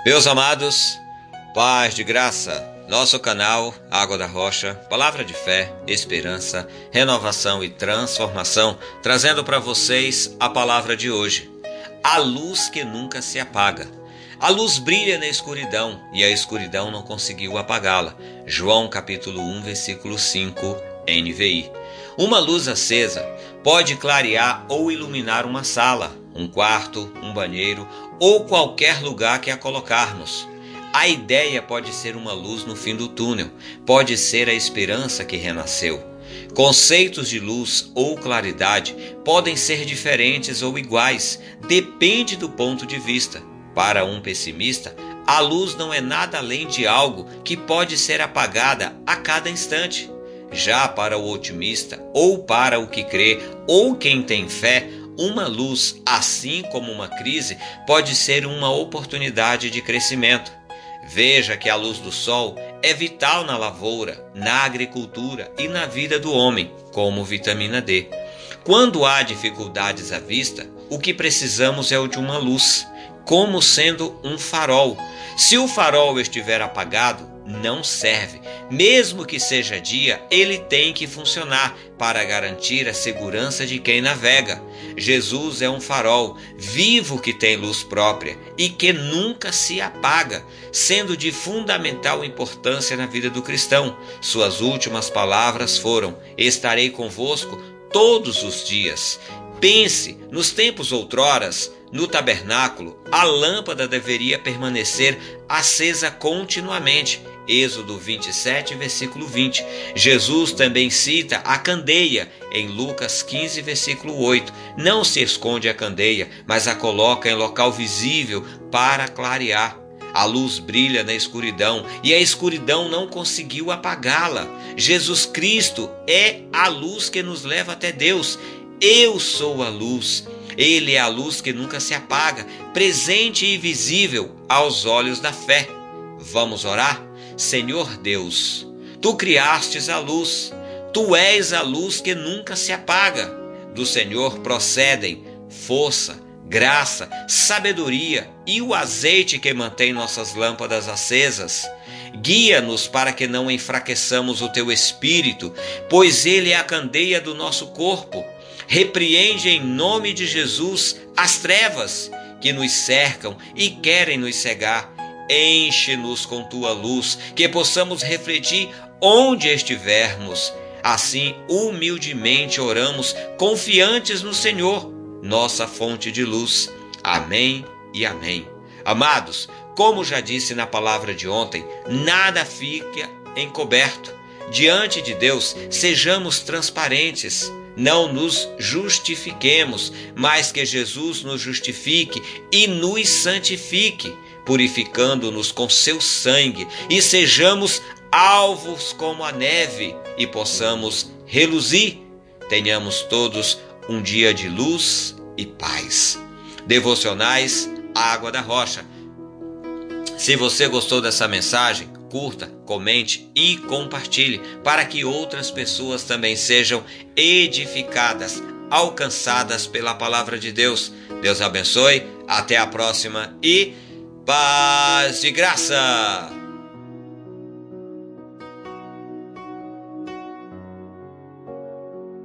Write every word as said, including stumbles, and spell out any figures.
Meus amados, paz de graça, nosso canal Água da Rocha, palavra de fé, esperança, renovação e transformação, trazendo para vocês a palavra de hoje. A luz que nunca se apaga. A luz brilha na escuridão e a escuridão não conseguiu apagá-la. João capítulo um, versículo cinco, N V I. Uma luz acesa pode clarear ou iluminar uma sala, um quarto, um banheiro ou qualquer lugar que a colocarmos. A ideia pode ser uma luz no fim do túnel, pode ser a esperança que renasceu. Conceitos de luz ou claridade podem ser diferentes ou iguais, depende do ponto de vista. Para um pessimista, a luz não é nada além de algo que pode ser apagada a cada instante. Já para o otimista, ou para o que crê, ou quem tem fé, uma luz, assim como uma crise, pode ser uma oportunidade de crescimento. Veja que a luz do sol é vital na lavoura, na agricultura e na vida do homem, como vitamina D. Quando há dificuldades à vista, o que precisamos é o de uma luz, como sendo um farol. Se o farol estiver apagado, não serve. Mesmo que seja dia, ele tem que funcionar para garantir a segurança de quem navega. Jesus é um farol vivo que tem luz própria e que nunca se apaga, sendo de fundamental importância na vida do cristão. Suas últimas palavras foram: estarei convosco todos os dias. Pense, nos tempos outroras, no tabernáculo, a lâmpada deveria permanecer acesa continuamente. Êxodo vinte e sete, versículo vinte. Jesus também cita a candeia em Lucas quinze, versículo oito. Não se esconde a candeia, mas a coloca em local visível para clarear. A luz brilha na escuridão e a escuridão não conseguiu apagá-la. Jesus Cristo é a luz que nos leva até Deus. Eu sou a luz. Ele é a luz que nunca se apaga, presente e visível aos olhos da fé. Vamos orar? Senhor Deus, Tu criastes a luz, Tu és a luz que nunca se apaga. Do Senhor procedem força, graça, sabedoria e o azeite que mantém nossas lâmpadas acesas. Guia-nos para que não enfraqueçamos o Teu Espírito, pois Ele é a candeia do nosso corpo. Repreende em nome de Jesus as trevas que nos cercam e querem nos cegar. Enche-nos com Tua luz, que possamos refletir onde estivermos. Assim, humildemente oramos, confiantes no Senhor, nossa fonte de luz. Amém e amém. Amados, como já disse na palavra de ontem, nada fica encoberto. Diante de Deus, sejamos transparentes. Não nos justifiquemos, mas que Jesus nos justifique e nos santifique, purificando-nos com seu sangue, e sejamos alvos como a neve e possamos reluzir. Tenhamos todos um dia de luz e paz. Devocionais Água da Rocha. Se você gostou dessa mensagem, curta, comente e compartilhe para que outras pessoas também sejam edificadas, alcançadas pela palavra de Deus. Deus abençoe, até a próxima e paz de graça!